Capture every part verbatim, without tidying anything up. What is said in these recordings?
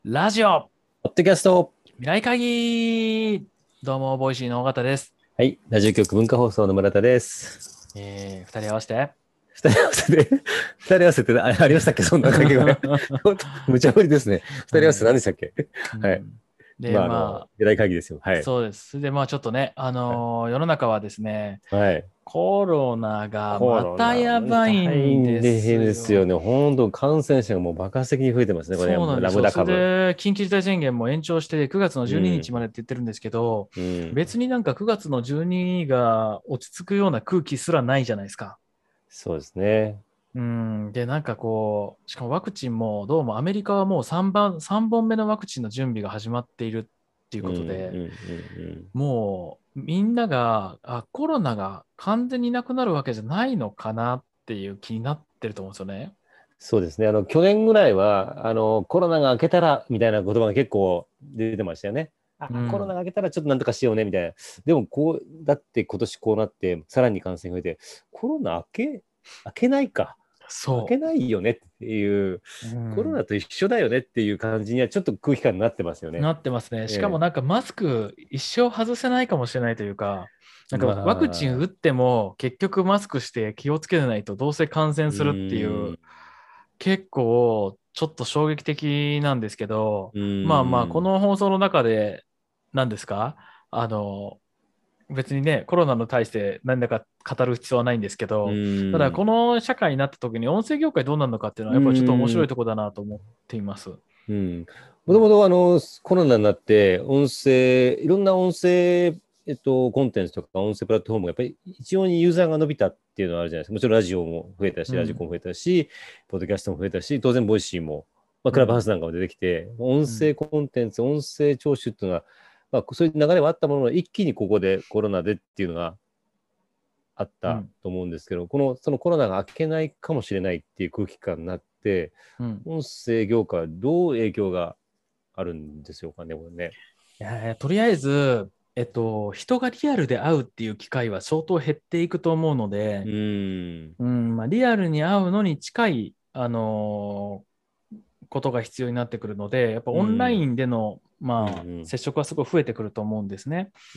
ラジオポッドキャスト。 未来会議。どうも、ボイシーの尾形です。 はい。ラジオ局文化放送の村田です。 えー、二人合わせて。 二人合わせて、二人合わせて、あ、ありましたっけそんな掛け声。本当無茶ぶりですね。二人合わせてうん何でしたっけ？はい。 うん、で、 まあ、あの、 ま議題会議ですよ。 あ、 はい。 そうです。で、まあ、ちょっとね、あのー世の中はですね、 はい。 コロナがコまたロナ、 やばい大変んですよ。 ですよね。本当感染者がもう爆発的に増えてますね。これ、ラそうなんですよ。それムダ株。 で、緊急事態宣言も延長してくがつのうじゅうににちまでん。 って言ってるんですけど、 うん。 別になんかくがつのじゅうにが落ち着くような空気すらないじゃないですか。 そうですね。 うん。で、なんかこう、しかもワクチンも、どうもアメリカはもうさんばん、さんぼんめのワクチンの準備が始まっているっていううん。うん。 ことで、 うん。 もうみんなが、あ、コロナが完全になくなるわけじゃないのかなっていう気になってると思うんですよね。 そうですね。あの、去年ぐらいは、あの、コロナが明けたら、みたいな言葉が結構出てましたよね。あ、コロナうん。 が明けたらちょっとなんとかしようね、みたいな。でも、こう、だって今年こうなって、さらに感染が増えて、コロナ明け、明けないか。明けそないよねっていう、 う。うん。 コロナと一緒だよねっていう感じには、ちょっと空気感になってますよね。 なってますね。しかもえなんかマスク一生外せないかもしれないというか、 え。 なんかワクチン打っまあ、 ても結局マスクして気をつけないとどうせ感染うするっていう、 ーん、 結構ちょっと衝撃的なんですけど、 うまあまあ、 ーん、 この放送の中で何ですか、あの、別にね、コロナに対して何だか語る必要はないんですけうど、ただこーん、 の社会になった時に音声業界どうなるのかっていうのはうやっぱりちょっと面ーん。 白いところだなと思っています。 うん。もともうん。 とあのコロナになって音声、いろんな音声、えっと、コンテンツとか音声プラットフォームがやっぱり一様にユーザーが伸びたっていうのはあるじゃないですか。もちろんラジオも増えたし、ラジコうん。 も増えたし、ポッドキャストも増えたし、当然ボイシーも、まあ、クラブハウうん。 スなんかも出てきて、音うん。 声コンテンツ、音声聴取っていうのは、まあ、そういう流れはあったものの、一気にここでコロナでっていうのがあったうん。 と思うんですけど、このそのコロナが明けないかもしれないっていう空気感になって、 うん。 音声業界はどう影響があるんでしょうかね、これね。 えーとりあえず、えっと、人がリアルで会うっていう機会は相当減っていくと思うのうで、 ーん。 うん、まあ、リアルに会うのに近い、あのーことが必要になってくるので、やっぱうオンライん。 ンでの、 うまあ、 ん。 接触はすごい増えてくると思うんですね。 うん。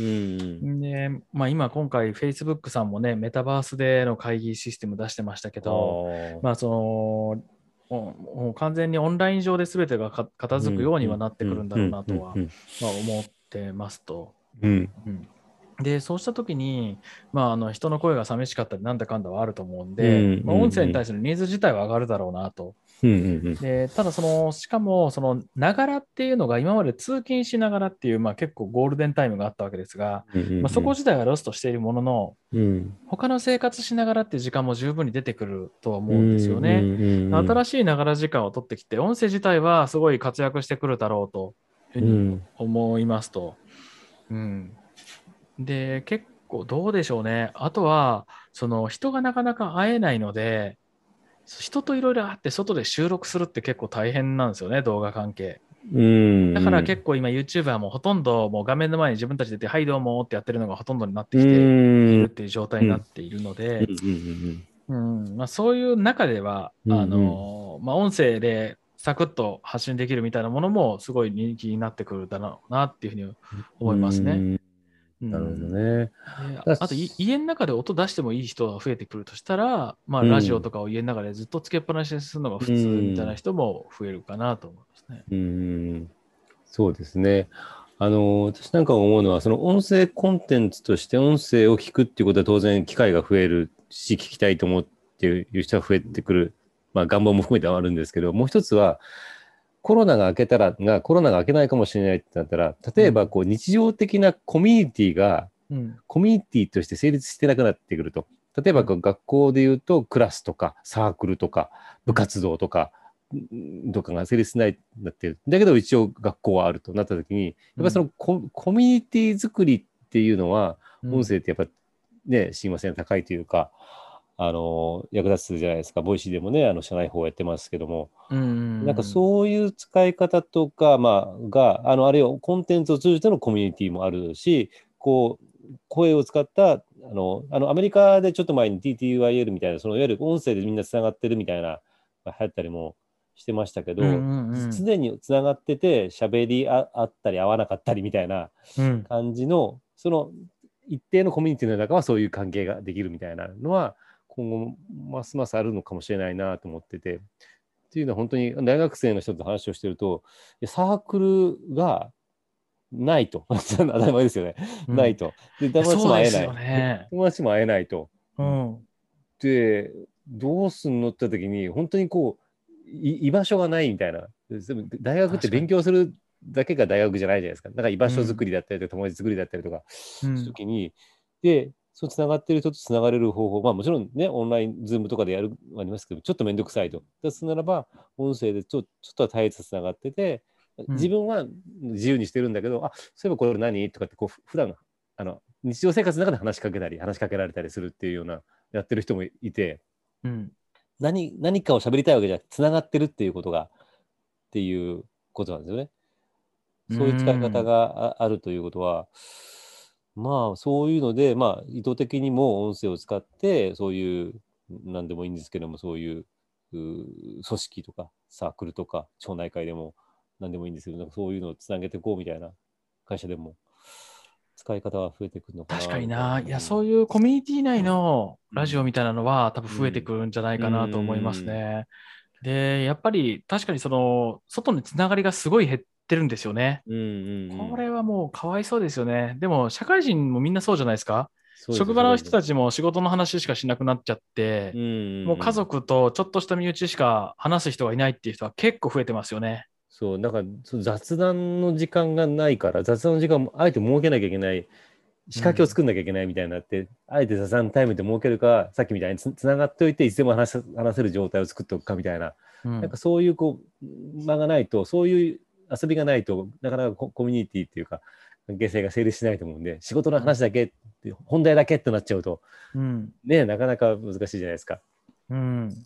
で、まあ、今今回 Facebook さんもね、メタバースでの会議システム出してましたけあど、 あ。 まあ、その、もう完全にオンライン上で全てがか片うん。 付くようにはうん。 なってくるんだろううん。うん。 なとは、 うん。 まあ、思ってますと。 うん。 うん。で、そうしたときに、まあ、あの人の声が寂しかったり、なんだかんだはあると思うんうん。 で、まあ、音声にうん。 対するニーズ自体は上がるだろうなと。 うん。うん。 で、ただその、しかも、その、ながらっていうのが今まで通勤しながらっていう、まあ結構ゴールデンタイムがあったわけですが、 うまあそこん。 自体はロストしているものの、 うん。 他の生活しながらっていう時間も十分に出てくるとはうん。 思うんですよね。 うん。 新しいながら時間を取ってきて、音声自体はすごい活躍してくるだろうというふうにうん。 思いますと。うん。で、結構どうでしょうね。あとは、その人がなかなか会えないので、人といろいろ会って外で収録するって結構大変なんですよね、動画関係。 うだからん。 結構今 YouTuber もほとんどもう画面の前に自分たちで出て、はいどうもってやってるのがほとんどになってうきていん。 るっていう状態になっているので、 うん。 うん、まあ、そういう中では、 うん。 あうん。 のまあ、音声でサクッと発信できるみたいなものもすごい人気になってくるだろうなっていうふうにう思いますね。 ん。 うなるほどん。 ね。 で、 だあとい家の中で音出してもいい人が増えてくるとしたら、まあ、ラジオうん。 とかを家の中でずっとつけっぱなしにするのがう普通みたいなん。 人も増えるかなと思いますね。 うん。そうですね。あの、私なんか思うのは、その音声コンテンツとして音声を聞くっていうことは当然機会が増えるし、聞きたいと思っている人が増えてくる、まあ願望も含めてはあるんですけど、もう一つは、コロナが明けたら、が、コロナが明けないかもしれないってなったら、例えばうん。 こう日常的なコミュニティが、 うん。 コミュニティとして成立してなくなってくると。例えうん。 ばこう学校で言うと、クラスとかサークルとかうん。 部活動とか、とかが成立しないなってる。だけど一応学校はあるとなった時に、やっぱりそうん。 のコ、コミュニティ作りっていうのは、 うん。 音声ってやっぱね、親和性が高いというか、あの、役立つじゃないですか。ボイシーでもね、あの、社内法をやってますけども、 うなんかん。 そういう使い方とか、まあ、が、あの、あるいはコンテンツを通じてのコミュニティもあるし、こう、声を使った、あの、あのアメリカでちょっと前に ティーティーワイエル みたいな、そのいわゆる音声でみんなつながってるみたいな、流行ったりもしてましたけど、 うんうんうん、 常につながってて喋りああったり合わなかったりみたいなうん感じの、その一定のコミュニティの中はそういう関係ができるみたいなのは今後ますますあるのかもしれないなと思ってて、っていうのは本当に大学生の人と話をしてると、サークルがないと当たり前ですよね、 うん、 ないと。でいや友達そうですよも会えない、 ね。 友達も会えないと。 うん、 でどうすんのって時に本当にこう居場所がないみたいな。でも大学って確かに。 勉強するだけが大学じゃないじゃないですか。だから居場所作うん、 りだったりとか友達作りだったりとかうん、 する時に、でそうつながってる人とつながれる方法、まあもちろんねオンラインズームとかでやるありますけど、ちょっとめんどくさいと。そならば音声でちょちょっとは絶えずつながってて、自分は自由にしてるんだけど、あ、そういえばこれ何とかってこう普段あの日常生活の中で話しかけたり話しかけられたりするっていうようなやってる人もいて、 うん、 何何かを喋りたいわけじゃなくてつながってるっていうことがっていうことなんですよね。 うそういう使い方ん、 が あ, あるということは、まあそういうので、まあ意図的にも音声を使ってそういう何でもいいんですけども、そういう組織とかサークルとか町内会でも何でもいいんですけど、なんかそういうのをつなげていこうみたいな会社でも使い方は増えてくるのか確かなみたいな。 にな。いや、そういうコミュニティ内のうん、 ラジオみたいなのは多分増えてうん、 くるんじゃないうかなと思いますん、 ね。で、やっぱり確かにその、外のつながりがすごい減ってるんですよね。 うん、うん、うん。 これはもうかわいそうですよね。でも、社会人もみんなそうじゃないですか。 そうですよ、 職場の人社会人。 たちも仕事の話しかしなくなっちゃっうて、もう家ん、うん、うん。 族とちょっとした身内しか話す人がいないっていう人は結構増えてますよね。 そう、だからその雑談の時間がないから、雑談の時間もあえて設けなきゃいけない、仕掛けをうん。 作んなきゃいけないみたいになって、あえて雑談タイムで設けるか、さっきみたいにつ、つながっておいて、いつでも話せ話せる状態を作っておくかみたいな、 うん。 なんかそういうこう間がないと、そういう遊びがないとなかなかココミュニティっていうか、関係性が成立しないと思うんで、仕事の話だけって、本題だけってなっちゃうと、 うん。 ね、なかなか難しいじゃないですか。 うん。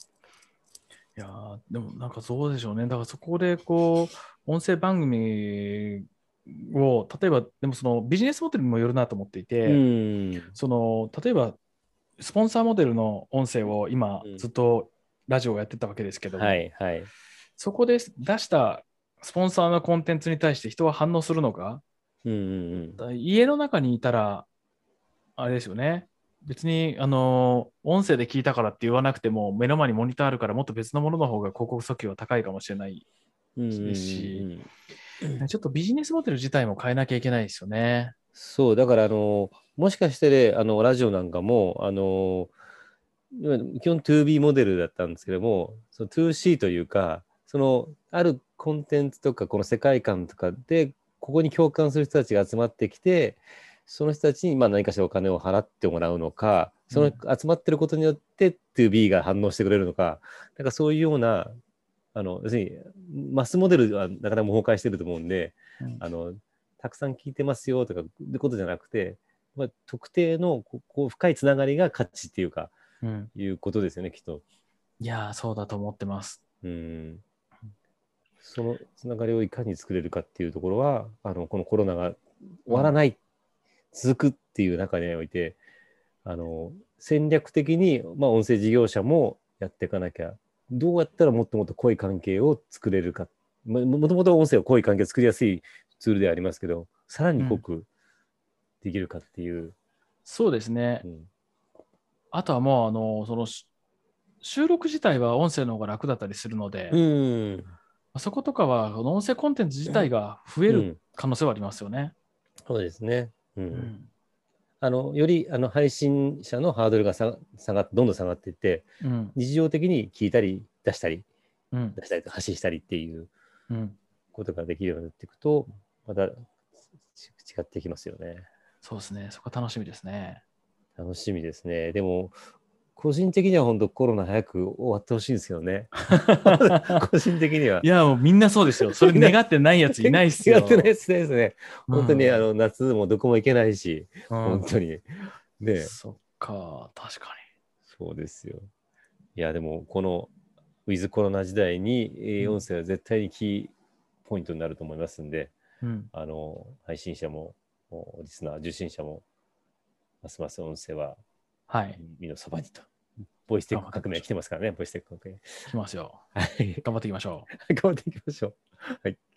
いやーでもなんかそうでしょうね。だからそこでこう、音声番組を、例えば、でもそのビジネスモデルにもよるなと思っていうて、 ん。 その、例えば、スポンサーモデルの音声を今うん。 ずっとラジオをやってたわけですけども、 はい、はい。 そこで出したスポンサーのコンテンツに対して人は反応するのか、 うん、うん、うん。 だ家の中にいたら、あれですよね。別に、あの、音声で聞いたからって言わなくても、目の前にモニターあるからもっと別のものの方が広告訴求は高いかもしれないうん、うん、 ですし、 うんうん。 ちょっとビジネスモデル自体も変えなきゃいけないですよね。 そう、だからあの、もしかして、あの、ラジオなんかも、あの、いわゆる基本 ツービー モデルだったんですけども、その ツーシー というか、その、あるコンテンツとか、この世界観とかで、ここに共感する人たちが集まってきて、その人たちにまあ何かしらお金を払ってもらうのか、そのうん。 集まってることによって ツービー が反応してくれるのか、なんかそういうような、あの、要するに、マスモデルはなかなかもう崩壊してると思うんで、 うん。 あの、たくさん聞いてますよとかってことじゃなくて、まあ、特定のここう深いつながりが価値っていうか、 うん。 いうことですよね、きっと。 いやー、そうだと思ってます。 うん。そのつながりをいかに作れるかっていうところは、あの、このコロナが終うん。 わらない、続くっていう中において、あの、戦略的に、まあ、音声事業者もやっていかなきゃ、どうやったらもっともっと濃い関係を作れるか。ももともと音声は濃い関係を作りやすいツールではありますけど、さらうん。 に濃くできるかっていう。 そうですね。 うん。 あとはもう、あの、そのし収録自体は音声の方が楽だったりするのうで、 ん。 そことかは、この音声コンテンツ自体が増えるうん。 可能性はありますよね。 そうですね。うん。 うん。 あの、よりあの配信者のハードルが下下がどんどん下がっていって、 うん。 日常的に聞いたり出したり、 うん。 出したり発信したりっていううん。 ことができるようになっていくと、また違ってきますよね。 そうですね。そこ楽しみですね。 楽しみですね。でも、個人的には本当コロナ早く終わってほしいんですよね。個人的には。 いや、もうみんなそうですよ。それみんな願ってないやついないっすやってないでよ。 すね。 う本当にあん。 の夏もどこも行けないし、 うん。 本当に。ね、 そっか、確かそうですよ。いや、でも、このウィズコロナ時代に、えに。うー音ん。 声は絶対にキーポイントになると思いますんで、 うん。 あの、配信者も、リスナー、受信者も、ますます音声ははい。 身のそばにとボイステック革命来てますからね、ボイステック革命。 来ますよ。 はい。 頑張っていきましょう。 頑張っていきましょう。はい。